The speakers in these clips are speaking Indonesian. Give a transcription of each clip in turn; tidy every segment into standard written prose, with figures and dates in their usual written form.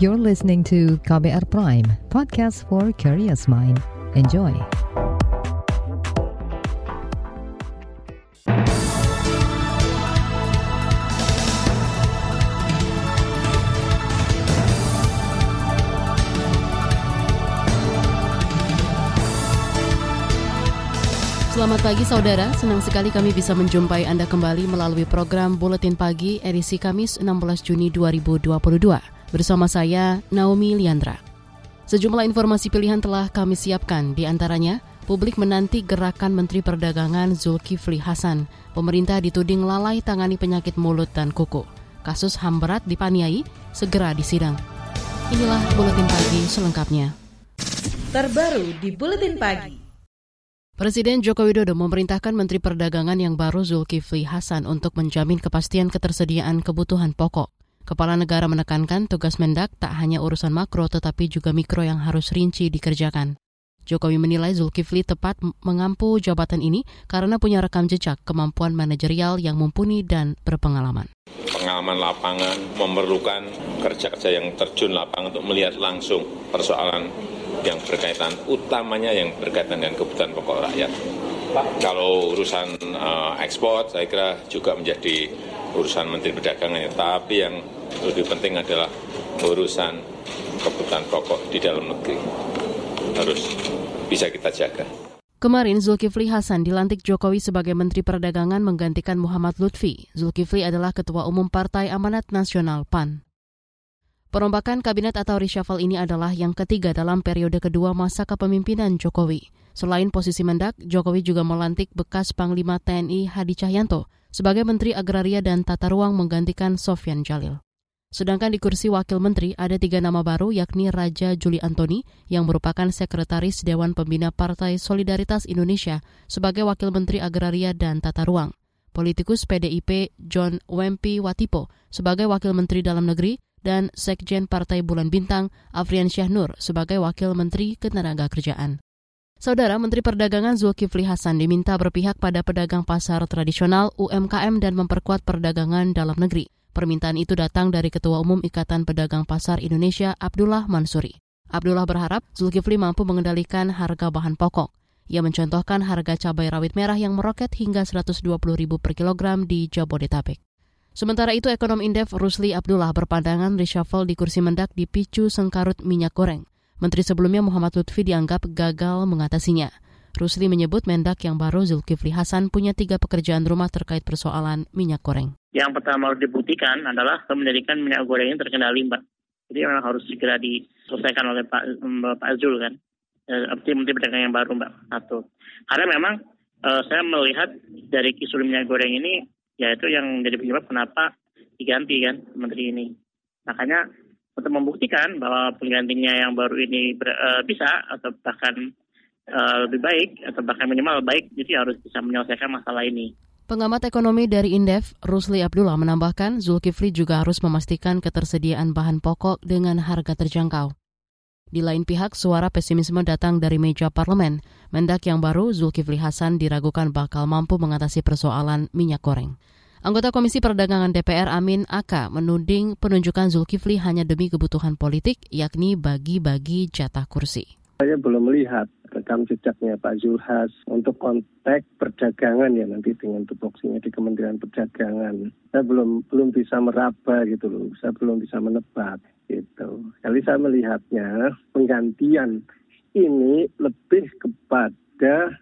You're listening to KBR Prime, podcast for curious mind. Enjoy. Selamat pagi saudara, senang sekali kami bisa menjumpai Anda kembali melalui program Buletin Pagi edisi Kamis 16 Juni 2022. Bersama saya, Naomi Liandra. Sejumlah informasi pilihan telah kami siapkan, di antaranya publik menanti gerakan Menteri Perdagangan Zulkifli Hasan. Pemerintah dituding lalai tangani penyakit mulut dan kuku. Kasus HAM berat dipaniai, segera disidang. Inilah Buletin Pagi selengkapnya. Terbaru di Buletin Pagi. Presiden Joko Widodo memerintahkan Menteri Perdagangan yang baru Zulkifli Hasan untuk menjamin kepastian ketersediaan kebutuhan pokok. Kepala negara menekankan tugas Mendak tak hanya urusan makro tetapi juga mikro yang harus rinci dikerjakan. Jokowi menilai Zulkifli tepat mengampu jabatan ini karena punya rekam jejak kemampuan manajerial yang mumpuni dan berpengalaman. Pengalaman lapangan memerlukan kerja-kerja yang terjun lapangan untuk melihat langsung persoalan yang berkaitan, utamanya yang berkaitan dengan kebutuhan pokok rakyat. Kalau urusan ekspor, saya kira juga menjadi urusan Menteri Perdagangan, tapi yang lebih penting adalah urusan kebutuhan pokok di dalam negeri. Harus bisa kita jaga. Kemarin Zulkifli Hasan dilantik Jokowi sebagai Menteri Perdagangan menggantikan Muhammad Lutfi. Zulkifli adalah Ketua Umum Partai Amanat Nasional PAN. Perombakan kabinet atau reshuffle ini adalah yang ketiga dalam periode kedua masa kepemimpinan Jokowi. Selain posisi Mendak, Jokowi juga melantik bekas Panglima TNI Hadi Cahyanto sebagai Menteri Agraria dan Tata Ruang menggantikan Sofyan Jalil. Sedangkan di kursi Wakil Menteri ada 3 nama baru yakni Raja Juli Antoni yang merupakan Sekretaris Dewan Pembina Partai Solidaritas Indonesia sebagai Wakil Menteri Agraria dan Tata Ruang, politikus PDIP John Wempi Watipo sebagai Wakil Menteri Dalam Negeri, dan Sekjen Partai Bulan Bintang Afrian Syahnur sebagai Wakil Menteri Ketenagakerjaan. Saudara Menteri Perdagangan Zulkifli Hasan diminta berpihak pada pedagang pasar tradisional, UMKM dan memperkuat perdagangan dalam negeri. Permintaan itu datang dari Ketua Umum Ikatan Pedagang Pasar Indonesia Abdullah Mansuri. Abdullah berharap Zulkifli mampu mengendalikan harga bahan pokok. Ia mencontohkan harga cabai rawit merah yang meroket hingga Rp120.000 per kilogram di Jabodetabek. Sementara itu, ekonom Indef Rusli Abdullah berpandangan reshuffle di kursi Mendak dipicu sengkarut minyak goreng. Menteri sebelumnya Muhammad Lutfi dianggap gagal mengatasinya. Rusli menyebut Mendak yang baru Zulkifli Hasan punya 3 pekerjaan rumah terkait persoalan minyak goreng. Yang pertama harus dibuktikan adalah menjadikan minyak goreng ini terkendali, Mbak. Jadi memang harus segera diselesaikan oleh Pak Zul kan. Menteri Perdagangan yang baru, Mbak. Satu. Karena memang saya melihat dari kisru minyak goreng ini, yaitu yang menjadi penyebab kenapa diganti kan menteri ini. Makanya untuk membuktikan bahwa penggantinya yang baru ini bisa atau bahkan lebih baik atau bahkan minimal baik, jadi harus bisa menyelesaikan masalah ini. Pengamat ekonomi dari Indef, Rusli Abdullah menambahkan Zulkifli juga harus memastikan ketersediaan bahan pokok dengan harga terjangkau. Di lain pihak, suara pesimisme datang dari meja parlemen. Mendak yang baru, Zulkifli Hasan, diragukan bakal mampu mengatasi persoalan minyak goreng. Anggota Komisi Perdagangan DPR Amin Aka menuding penunjukan Zulkifli hanya demi kebutuhan politik, yakni bagi-bagi jatah kursi. Saya belum melihat rekam jejaknya Pak Zulhas untuk konteks perdagangan ya nanti dengan tupoksinya di Kementerian Perdagangan. Saya belum bisa meraba gitu loh, saya belum bisa menebak gitu. Kali saya melihatnya penggantian ini lebih kepada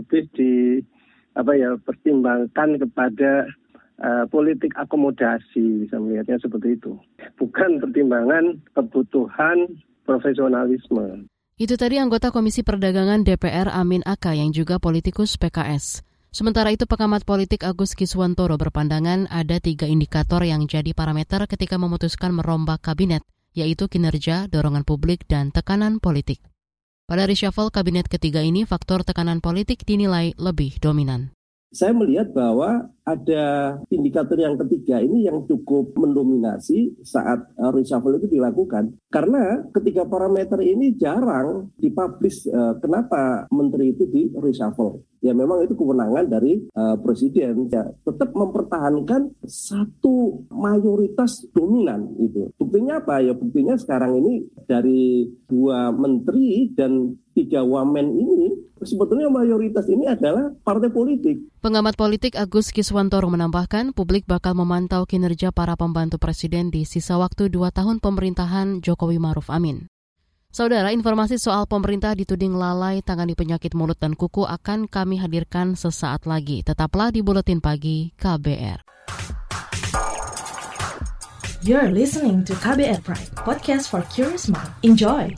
pertimbangkan kepada politik akomodasi, saya melihatnya seperti itu. Bukan pertimbangan kebutuhan profesionalisme. Itu tadi anggota Komisi Perdagangan DPR Amin Aka yang juga politikus PKS. Sementara itu pengamat politik Agus Kiswantoro berpandangan ada 3 indikator yang jadi parameter ketika memutuskan merombak kabinet, yaitu kinerja, dorongan publik, dan tekanan politik. Pada reshuffle kabinet ketiga ini, faktor tekanan politik dinilai lebih dominan. saya melihat bahwa ada indikator yang ketiga ini yang cukup mendominasi saat reshuffle itu dilakukan. Karena ketiga parameter ini jarang dipublish kenapa menteri itu di reshuffle. Ya memang itu kewenangan dari presiden. Ya, tetap mempertahankan satu mayoritas dominan itu. Buktinya apa? Ya buktinya sekarang ini dari 2 menteri dan 3 wamen ini sebetulnya mayoritas ini adalah partai politik. Pengamat politik Agus Kiswantoro menambahkan publik bakal memantau kinerja para pembantu presiden di sisa waktu 2 tahun pemerintahan Jokowi Ma'ruf Amin. Saudara, informasi soal pemerintah dituding lalai tangani penyakit mulut dan kuku akan kami hadirkan sesaat lagi. Tetaplah di Buletin Pagi KBR. You're listening to KBR Prime, podcast for curious mind. Enjoy!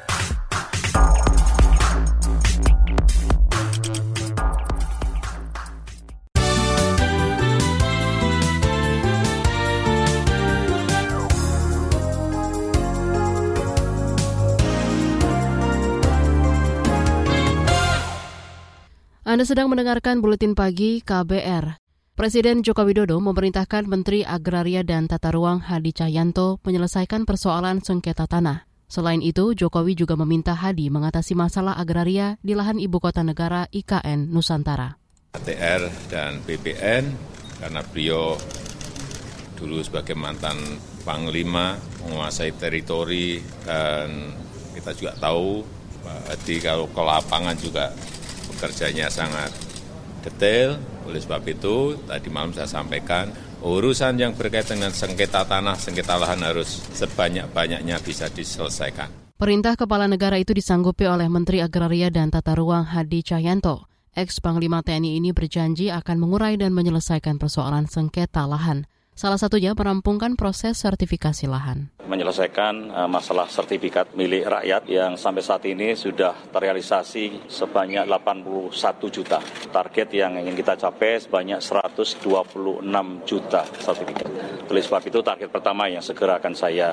Anda sedang mendengarkan Buletin Pagi KBR. Presiden Joko Widodo memerintahkan Menteri Agraria dan Tata Ruang Hadi Cahyanto menyelesaikan persoalan sengketa tanah. Selain itu, Jokowi juga meminta Hadi mengatasi masalah agraria di lahan ibu kota negara IKN Nusantara. ATR dan BPN, karena beliau dulu sebagai mantan Panglima menguasai teritori, dan kita juga tahu Pak Hadi kalau ke lapangan juga kerjanya sangat detail. Oleh sebab itu, tadi malam saya sampaikan, urusan yang berkaitan dengan sengketa tanah, sengketa lahan harus sebanyak-banyaknya bisa diselesaikan. Perintah Kepala Negara itu disanggupi oleh Menteri Agraria dan Tata Ruang Hadi Cahyanto. Ex-Panglima TNI ini berjanji akan mengurai dan menyelesaikan persoalan sengketa lahan. Salah satunya merampungkan proses sertifikasi lahan. Menyelesaikan masalah sertifikat milik rakyat yang sampai saat ini sudah terrealisasi sebanyak 81 juta. Target yang ingin kita capai sebanyak 126 juta sertifikat. Oleh sebab itu target pertama yang segera akan saya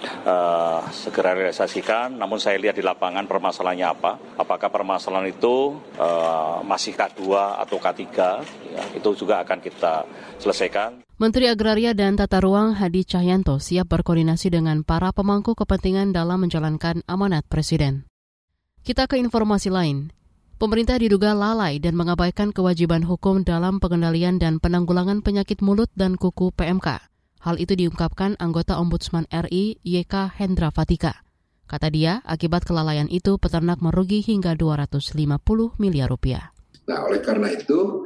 segera realisasikan. Namun saya lihat di lapangan permasalahannya apa. Apakah permasalahan itu masih K2 atau K3, ya, itu juga akan kita selesaikan. Menteri Agraria dan Tata Ruang Hadi Cahyanto siap berkoordinasi dengan para pemangku kepentingan dalam menjalankan amanat Presiden. Kita ke informasi lain. Pemerintah diduga lalai dan mengabaikan kewajiban hukum dalam pengendalian dan penanggulangan penyakit mulut dan kuku PMK. Hal itu diungkapkan anggota Ombudsman RI YK Hendra Fatika. Kata dia, akibat kelalaian itu peternak merugi hingga 250 miliar rupiah. Nah, oleh karena itu,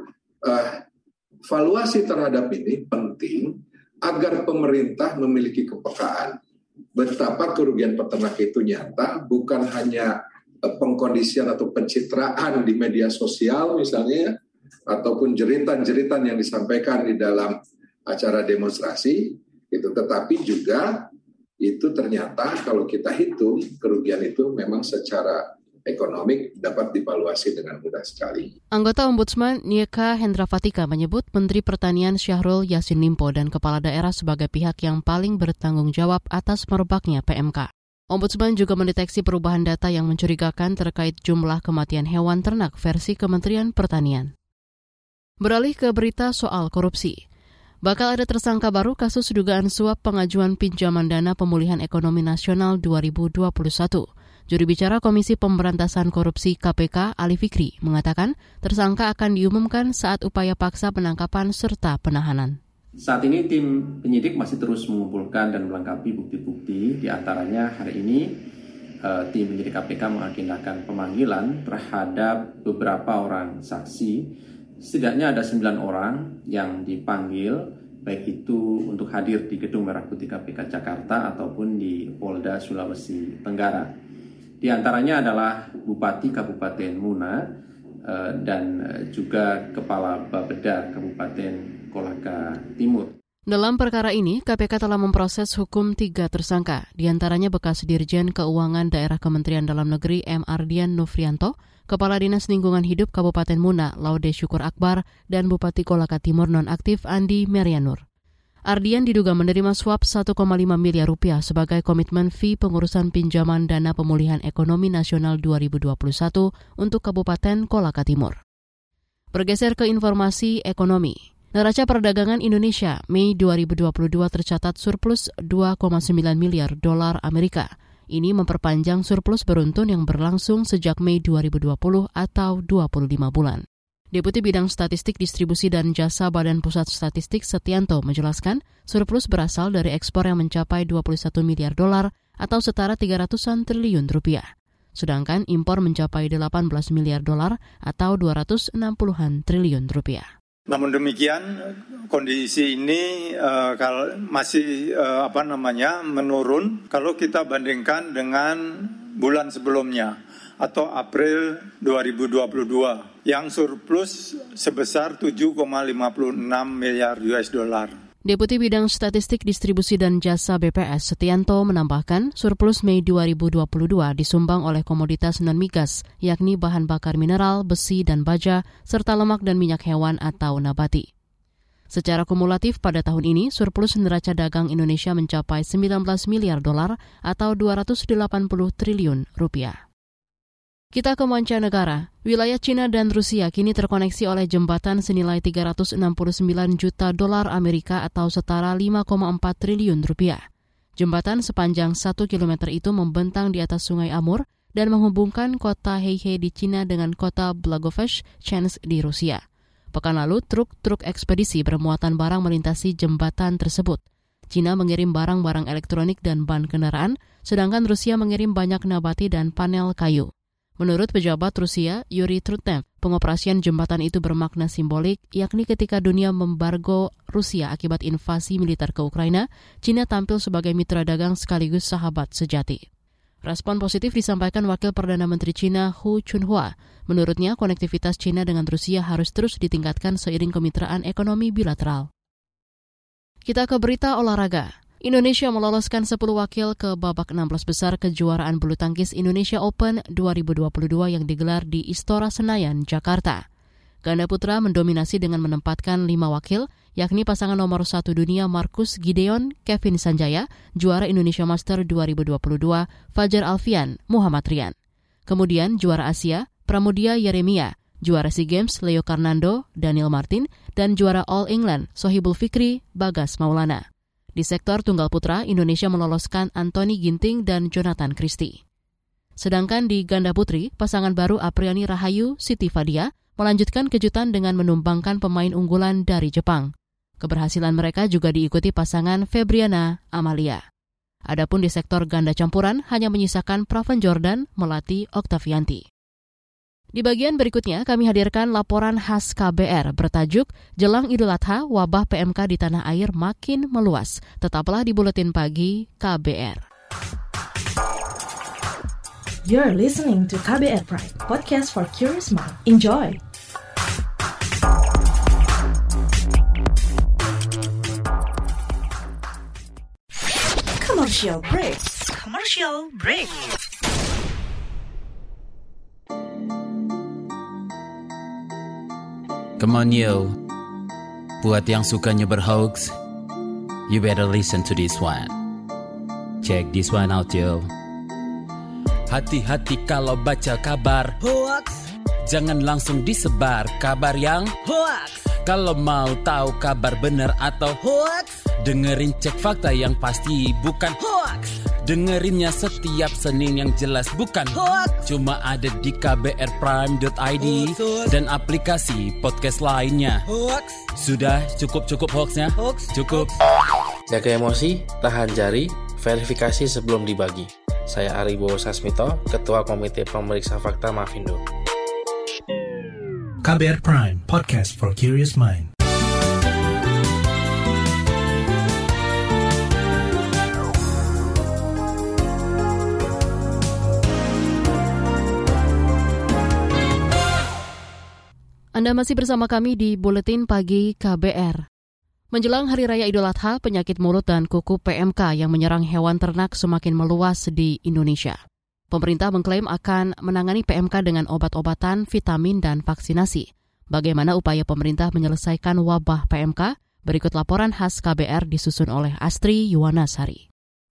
evaluasi terhadap ini penting agar pemerintah memiliki kepekaan betapa kerugian peternak itu nyata, bukan hanya pengkondisian atau pencitraan di media sosial misalnya, ataupun jeritan-jeritan yang disampaikan di dalam acara demonstrasi, itu, tetapi juga itu ternyata kalau kita hitung kerugian itu memang secara ekonomi dapat dievaluasi dengan mudah sekali. Anggota Ombudsman YK Hendra Fatika menyebut Menteri Pertanian Syahrul Yassin Limpo dan Kepala Daerah sebagai pihak yang paling bertanggung jawab atas merebaknya PMK. Ombudsman juga mendeteksi perubahan data yang mencurigakan terkait jumlah kematian hewan ternak versi Kementerian Pertanian. Beralih ke berita soal korupsi. Bakal ada tersangka baru kasus dugaan suap pengajuan pinjaman dana pemulihan ekonomi nasional 2021. Juru bicara Komisi Pemberantasan Korupsi KPK, Ali Fikri, mengatakan tersangka akan diumumkan saat upaya paksa penangkapan serta penahanan. Saat ini tim penyidik masih terus mengumpulkan dan melengkapi bukti-bukti. Di antaranya hari ini tim penyidik KPK mengagendakan pemanggilan terhadap beberapa orang saksi. Setidaknya ada 9 orang yang dipanggil, baik itu untuk hadir di Gedung Merah Putih KPK Jakarta ataupun di Polda Sulawesi Tenggara. Di antaranya adalah Bupati Kabupaten Muna dan juga Kepala Bapeda Kabupaten Kolaka Timur. Dalam perkara ini, KPK telah memproses hukum 3 tersangka, di antaranya bekas Dirjen Keuangan Daerah Kementerian Dalam Negeri M. Ardian Nufrianto, Kepala Dinas Lingkungan Hidup Kabupaten Muna Laude Syukur Akbar, dan Bupati Kolaka Timur nonaktif Andi Merianur. Ardian diduga menerima suap 1,5 miliar rupiah sebagai komitmen fee pengurusan pinjaman dana pemulihan ekonomi nasional 2021 untuk Kabupaten Kolaka Timur. Bergeser ke informasi ekonomi. Neraca perdagangan Indonesia Mei 2022 tercatat surplus 2,9 miliar dolar Amerika. Ini memperpanjang surplus beruntun yang berlangsung sejak Mei 2020 atau 25 bulan. Deputi Bidang Statistik Distribusi dan Jasa Badan Pusat Statistik Setianto menjelaskan surplus berasal dari ekspor yang mencapai 21 miliar dolar atau setara 300-an triliun rupiah. Sedangkan impor mencapai 18 miliar dolar atau 260-an triliun rupiah. Namun demikian, kondisi ini masih menurun kalau kita bandingkan dengan bulan sebelumnya atau April 2022 yang surplus sebesar 7,56 miliar US dollar. Deputi Bidang Statistik Distribusi dan Jasa BPS Setianto menambahkan surplus Mei 2022 disumbang oleh komoditas non-migas, yakni bahan bakar mineral, besi dan baja, serta lemak dan minyak hewan atau nabati. Secara kumulatif pada tahun ini, surplus neraca dagang Indonesia mencapai 19 miliar dolar atau 280 triliun rupiah. Kita ke mancanegara. Wilayah China dan Rusia kini terkoneksi oleh jembatan senilai 369 juta dolar Amerika atau setara 5,4 triliun rupiah. Jembatan sepanjang 1 km itu membentang di atas Sungai Amur dan menghubungkan kota Heihe di China dengan kota Blagoveshchensk di Rusia. Pekan lalu, truk-truk ekspedisi bermuatan barang melintasi jembatan tersebut. China mengirim barang-barang elektronik dan ban kendaraan, sedangkan Rusia mengirim banyak nabati dan panel kayu. Menurut pejabat Rusia, Yuri Trutnev, pengoperasian jembatan itu bermakna simbolik, yakni ketika dunia membargo Rusia akibat invasi militer ke Ukraina, China tampil sebagai mitra dagang sekaligus sahabat sejati. Respon positif disampaikan Wakil Perdana Menteri China Hu Chunhua. Menurutnya, konektivitas China dengan Rusia harus terus ditingkatkan seiring kemitraan ekonomi bilateral. Kita ke berita olahraga. Indonesia meloloskan 10 wakil ke babak 16 besar kejuaraan bulu tangkis Indonesia Open 2022 yang digelar di Istora Senayan, Jakarta. Ganda putra mendominasi dengan menempatkan 5 wakil, yakni pasangan nomor 1 dunia Marcus Gideon, Kevin Sanjaya, juara Indonesia Master 2022, Fajar Alfian, Muhammad Rian. Kemudian juara Asia, Pramudia Yeremia, juara SEA Games Leo Karnando, Daniel Martin, dan juara All England Sohibul Fikri, Bagas Maulana. Di sektor tunggal putra, Indonesia meloloskan Anthony Ginting dan Jonathan Christie. Sedangkan di ganda putri, pasangan baru Apriani Rahayu, Siti Fadia, melanjutkan kejutan dengan menumbangkan pemain unggulan dari Jepang. Keberhasilan mereka juga diikuti pasangan Febriana Amalia. Adapun di sektor ganda campuran, hanya menyisakan Praven Jordan melatih Oktavianti. Di bagian berikutnya, kami hadirkan laporan khas KBR bertajuk Jelang Idul Adha, wabah PMK di tanah air makin meluas. Tetaplah di Buletin Pagi KBR. You're listening to KBR Pride, podcast for curious mind. Enjoy! Commercial break. Commercial break. Come on yo, buat yang sukanya berhoax, you better listen to this one. Check this one out yo. Hati-hati kalau baca kabar Hoax. Jangan langsung disebar kabar yang Hoax. Kalau mau tahu kabar benar atau Hoax, dengerin cek fakta yang pasti bukan Hoax. Dengerinnya setiap Senin yang jelas bukan Hoax. Cuma ada di kbrprime.id dan aplikasi podcast lainnya. Hoax. Sudah cukup hoaxnya? Hoax. Cukup. Jaga emosi, tahan jari, verifikasi sebelum dibagi. Saya Aribo Sasmito, Ketua Komite Pemeriksa Fakta Mafindo. KBR Prime, podcast for curious mind. Anda masih bersama kami di Buletin Pagi KBR. Menjelang Hari Raya Idul Adha, penyakit mulut dan kuku PMK yang menyerang hewan ternak semakin meluas di Indonesia. Pemerintah mengklaim akan menangani PMK dengan obat-obatan, vitamin, dan vaksinasi. Bagaimana upaya pemerintah menyelesaikan wabah PMK? Berikut laporan khas KBR disusun oleh Astri Yuwanasari.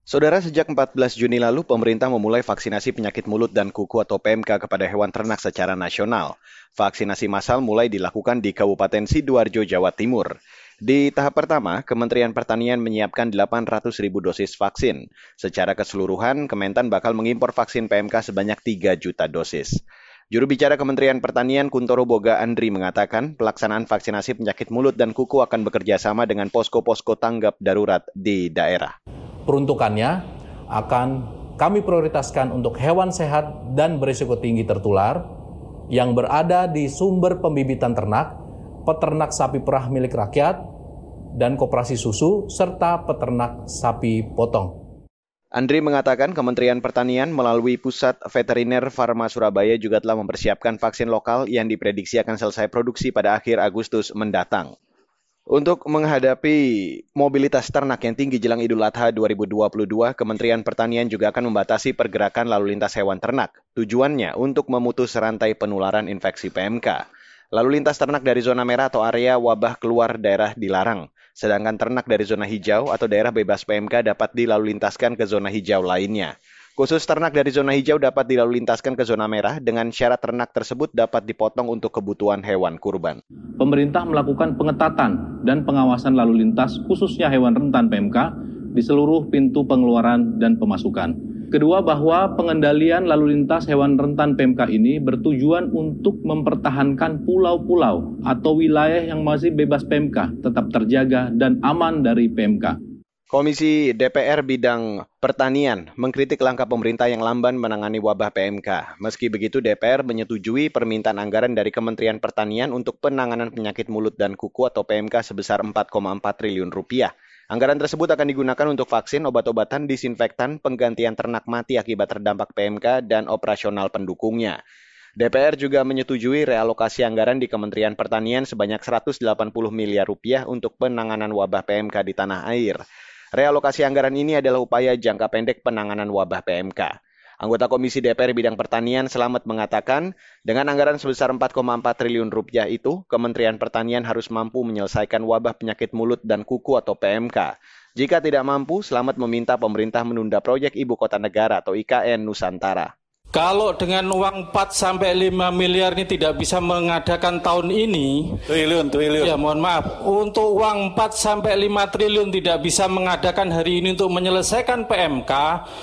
Saudara, sejak 14 Juni lalu, pemerintah memulai vaksinasi penyakit mulut dan kuku atau PMK kepada hewan ternak secara nasional. Vaksinasi massal mulai dilakukan di Kabupaten Sidoarjo, Jawa Timur. Di tahap pertama, Kementerian Pertanian menyiapkan 800.000 dosis vaksin. Secara keseluruhan, Kementan bakal mengimpor vaksin PMK sebanyak 3 juta dosis. Juru bicara Kementerian Pertanian Kuntoro Boga Andri mengatakan pelaksanaan vaksinasi penyakit mulut dan kuku akan bekerja sama dengan posko-posko tanggap darurat di daerah. Peruntukannya akan kami prioritaskan untuk hewan sehat dan berisiko tinggi tertular yang berada di sumber pembibitan ternak, peternak sapi perah milik rakyat, dan koperasi susu, serta peternak sapi potong. Andri mengatakan Kementerian Pertanian melalui Pusat Veteriner Farma Surabaya juga telah mempersiapkan vaksin lokal yang diprediksi akan selesai produksi pada akhir Agustus mendatang. Untuk menghadapi mobilitas ternak yang tinggi jelang Idul Adha 2022, Kementerian Pertanian juga akan membatasi pergerakan lalu lintas hewan ternak. Tujuannya untuk memutus rantai penularan infeksi PMK. Lalu lintas ternak dari zona merah atau area wabah keluar daerah dilarang. Sedangkan ternak dari zona hijau atau daerah bebas PMK dapat dilalu lintaskan ke zona hijau lainnya. Khusus ternak dari zona hijau dapat dilalu lintaskan ke zona merah dengan syarat ternak tersebut dapat dipotong untuk kebutuhan hewan kurban. Pemerintah melakukan pengetatan dan pengawasan lalu lintas khususnya hewan rentan PMK di seluruh pintu pengeluaran dan pemasukan. Kedua, bahwa pengendalian lalu lintas hewan rentan PMK ini bertujuan untuk mempertahankan pulau-pulau atau wilayah yang masih bebas PMK tetap terjaga dan aman dari PMK. Komisi DPR bidang pertanian mengkritik langkah pemerintah yang lamban menangani wabah PMK. Meski begitu, DPR menyetujui permintaan anggaran dari Kementerian Pertanian untuk penanganan penyakit mulut dan kuku atau PMK sebesar 4,4 triliun rupiah. Anggaran tersebut akan digunakan untuk vaksin, obat-obatan, disinfektan, penggantian ternak mati akibat terdampak PMK, dan operasional pendukungnya. DPR juga menyetujui realokasi anggaran di Kementerian Pertanian sebanyak 180 miliar rupiah untuk penanganan wabah PMK di tanah air. Realokasi anggaran ini adalah upaya jangka pendek penanganan wabah PMK. Anggota Komisi DPR bidang pertanian Slamet mengatakan, dengan anggaran sebesar 4,4 triliun rupiah itu, Kementerian Pertanian harus mampu menyelesaikan wabah penyakit mulut dan kuku atau PMK. Jika tidak mampu, Slamet meminta pemerintah menunda proyek Ibu Kota Negara atau IKN Nusantara. Kalau dengan uang 4-5 miliar ini tidak bisa mengadakan tahun ini, triliun. Ya, mohon maaf. Untuk uang 4-5 triliun tidak bisa mengadakan hari ini untuk menyelesaikan PMK,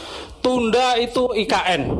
tunda itu IKN.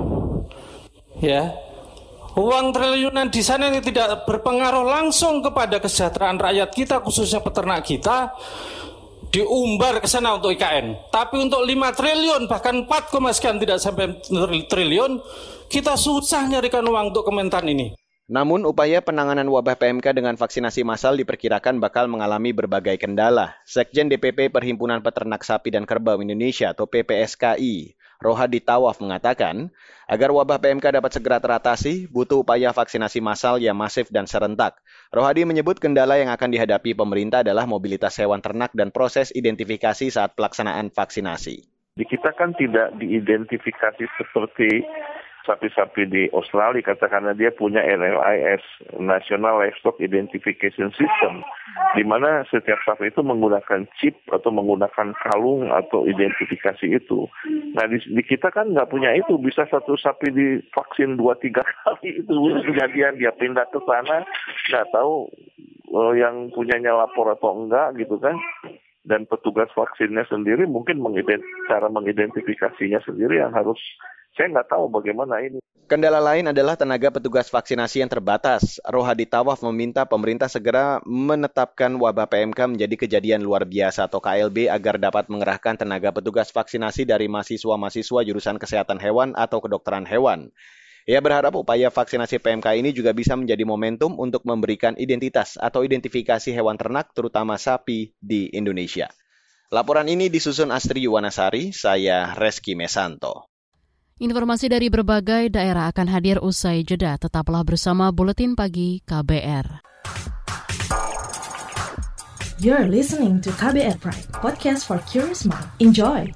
Ya. Uang triliunan di sana ini tidak berpengaruh langsung kepada kesejahteraan rakyat kita, khususnya peternak kita. Diumbar ke sana untuk IKN. Tapi untuk 5 triliun, bahkan 4, sekian tidak sampai triliun, kita susah nyarikan uang untuk Kementan ini. Namun, upaya penanganan wabah PMK dengan vaksinasi massal diperkirakan bakal mengalami berbagai kendala. Sekjen DPP Perhimpunan Peternak Sapi dan Kerbau Indonesia atau PPSKI, Rohadi Tawaf mengatakan, agar wabah PMK dapat segera teratasi, butuh upaya vaksinasi massal yang masif dan serentak. Rohadi menyebut kendala yang akan dihadapi pemerintah adalah mobilitas hewan ternak dan proses identifikasi saat pelaksanaan vaksinasi. Di kita kan tidak diidentifikasi seperti sapi-sapi di Australia, katakanlah dia punya NLIS, National Livestock Identification System, di mana setiap sapi itu menggunakan chip atau menggunakan kalung atau identifikasi itu. Nah di kita kan nggak punya itu, bisa satu sapi divaksin 2-3 kali itu kejadian, dia pindah ke sana, nggak tahu yang punyanya lapor atau enggak gitu kan. Dan petugas vaksinnya sendiri mungkin cara mengidentifikasinya sendiri yang harus, saya nggak tahu bagaimana ini. Kendala lain adalah tenaga petugas vaksinasi yang terbatas. Rohadi Tawaf meminta pemerintah segera menetapkan wabah PMK menjadi kejadian luar biasa atau KLB agar dapat mengerahkan tenaga petugas vaksinasi dari mahasiswa-mahasiswa jurusan kesehatan hewan atau kedokteran hewan. Ia berharap upaya vaksinasi PMK ini juga bisa menjadi momentum untuk memberikan identitas atau identifikasi hewan ternak, terutama sapi, di Indonesia. Laporan ini disusun Astri Yuwanasari, saya Reski Mesanto. Informasi dari berbagai daerah akan hadir usai jeda. Tetaplah bersama Buletin Pagi KBR. You're listening to KBR Pride, podcast for curious mind. Enjoy!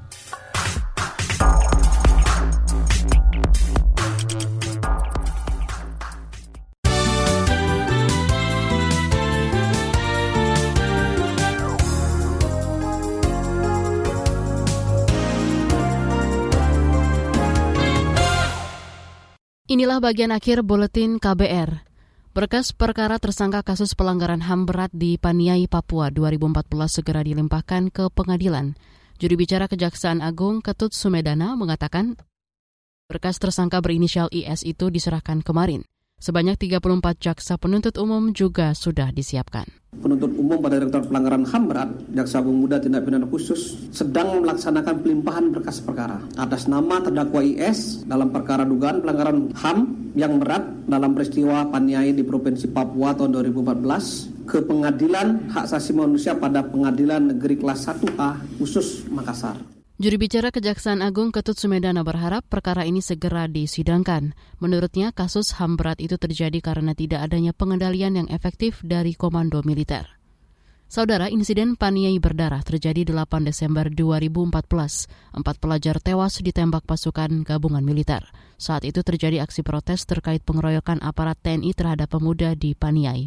Inilah bagian akhir buletin KBR. Berkas perkara tersangka kasus pelanggaran HAM berat di Paniai, Papua 2014 segera dilimpahkan ke pengadilan. Juru bicara Kejaksaan Agung Ketut Sumedana mengatakan berkas tersangka berinisial IS itu diserahkan kemarin. Sebanyak 34 jaksa penuntut umum juga sudah disiapkan. Penuntut umum pada Direktorat Pelanggaran HAM Berat, Jaksa Agung Muda Tindak Pidana Khusus, sedang melaksanakan pelimpahan berkas perkara atas nama terdakwa IS dalam perkara dugaan pelanggaran HAM yang berat dalam peristiwa Paniai di Provinsi Papua tahun 2014 ke Pengadilan Hak Asasi Manusia pada Pengadilan Negeri Kelas 1A khusus Makassar. Juru bicara Kejaksaan Agung Ketut Sumedana berharap perkara ini segera disidangkan. Menurutnya, kasus HAM berat itu terjadi karena tidak adanya pengendalian yang efektif dari komando militer. Saudara, insiden Paniai berdarah terjadi 8 Desember 2014. 4 pelajar tewas ditembak pasukan gabungan militer. Saat itu terjadi aksi protes terkait pengeroyokan aparat TNI terhadap pemuda di Paniai.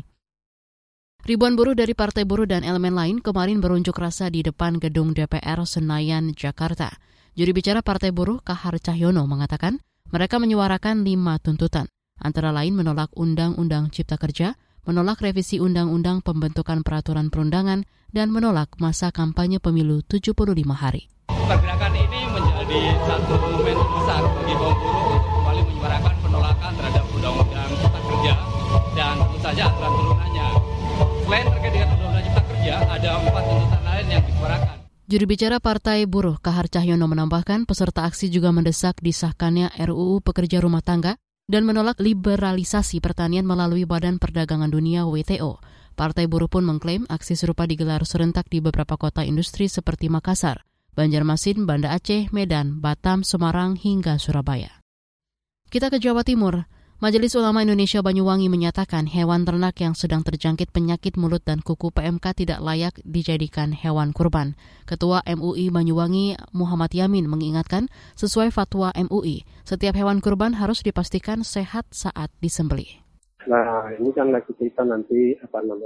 Ribuan buruh dari Partai Buruh dan elemen lain kemarin berunjuk rasa di depan gedung DPR Senayan, Jakarta. Juru bicara Partai Buruh, Kahar Cahyono, mengatakan mereka menyuarakan 5 tuntutan, antara lain menolak Undang-Undang Cipta Kerja, menolak revisi Undang-Undang Pembentukan Peraturan Perundangan, dan menolak masa kampanye pemilu 75 hari. Pergerakan ini menjadi satu momentum besar bagi kaum buruh untuk kembali menyuarakan penolakan terhadap Undang-Undang Cipta Kerja dan tentu saja aturan turunannya. Selain terkait dengan Undang-Undang Cipta Kerja, ada 4 tuntutan lain yang disuarakan. Juru bicara Partai Buruh, Kahar Cahyono, menambahkan peserta aksi juga mendesak disahkannya RUU Pekerja Rumah Tangga dan menolak liberalisasi pertanian melalui Badan Perdagangan Dunia WTO. Partai Buruh pun mengklaim aksi serupa digelar serentak di beberapa kota industri seperti Makassar, Banjarmasin, Banda Aceh, Medan, Batam, Semarang, hingga Surabaya. Kita ke Jawa Timur. Majelis Ulama Indonesia Banyuwangi menyatakan hewan ternak yang sedang terjangkit penyakit mulut dan kuku PMK tidak layak dijadikan hewan kurban. Ketua MUI Banyuwangi Muhammad Yamin mengingatkan, sesuai fatwa MUI, setiap hewan kurban harus dipastikan sehat saat disembelih. Nah, ini kan lagi kita nanti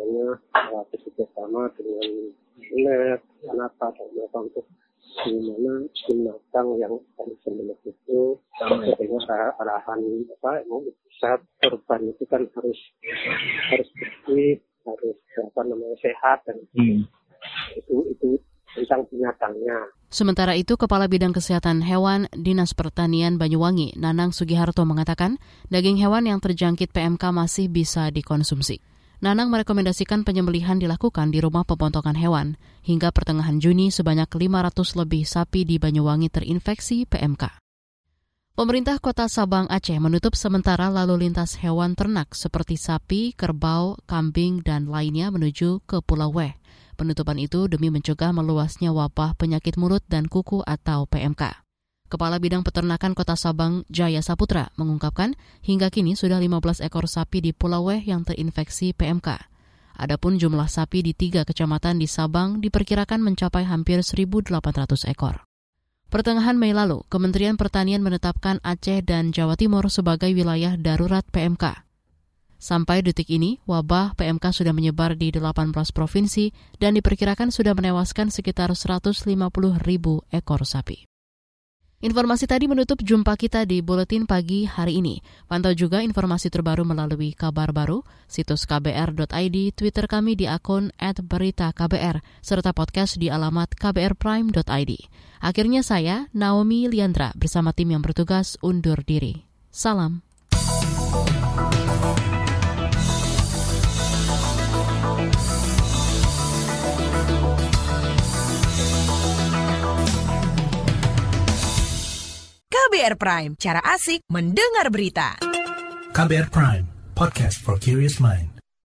bekerja sama dengan Ulet, Kanata, dan mereka untuk gimana binatang yang akan disembelih itu dengan arahan saat korban itu kan harus bersih, harus sehat, dan itu tentang binatangnya. Sementara itu, Kepala Bidang Kesehatan Hewan Dinas Pertanian Banyuwangi, Nanang Sugiharto, mengatakan daging hewan yang terjangkit PMK masih bisa dikonsumsi. Nanang merekomendasikan penyembelihan dilakukan di rumah pemotongan hewan. Hingga pertengahan Juni, sebanyak 500 lebih sapi di Banyuwangi terinfeksi PMK. Pemerintah Kota Sabang, Aceh menutup sementara lalu lintas hewan ternak seperti sapi, kerbau, kambing, dan lainnya menuju ke Pulau Weh. Penutupan itu demi mencegah meluasnya wabah penyakit mulut dan kuku atau PMK. Kepala Bidang Peternakan Kota Sabang, Jaya Saputra, mengungkapkan hingga kini sudah 15 ekor sapi di Pulau Weh yang terinfeksi PMK. Adapun jumlah sapi di 3 kecamatan di Sabang diperkirakan mencapai hampir 1.800 ekor. Pertengahan Mei lalu, Kementerian Pertanian menetapkan Aceh dan Jawa Timur sebagai wilayah darurat PMK. Sampai detik ini, wabah PMK sudah menyebar di 18 provinsi dan diperkirakan sudah menewaskan sekitar 150.000 ekor sapi. Informasi tadi menutup jumpa kita di Buletin Pagi hari ini. Pantau juga informasi terbaru melalui Kabar Baru, situs kbr.id, Twitter kami di akun @beritaKBR, serta podcast di alamat kbrprime.id. Akhirnya saya, Naomi Liandra, bersama tim yang bertugas undur diri. Salam. KBR Prime, cara asik mendengar berita. KBR Prime, podcast for curious mind.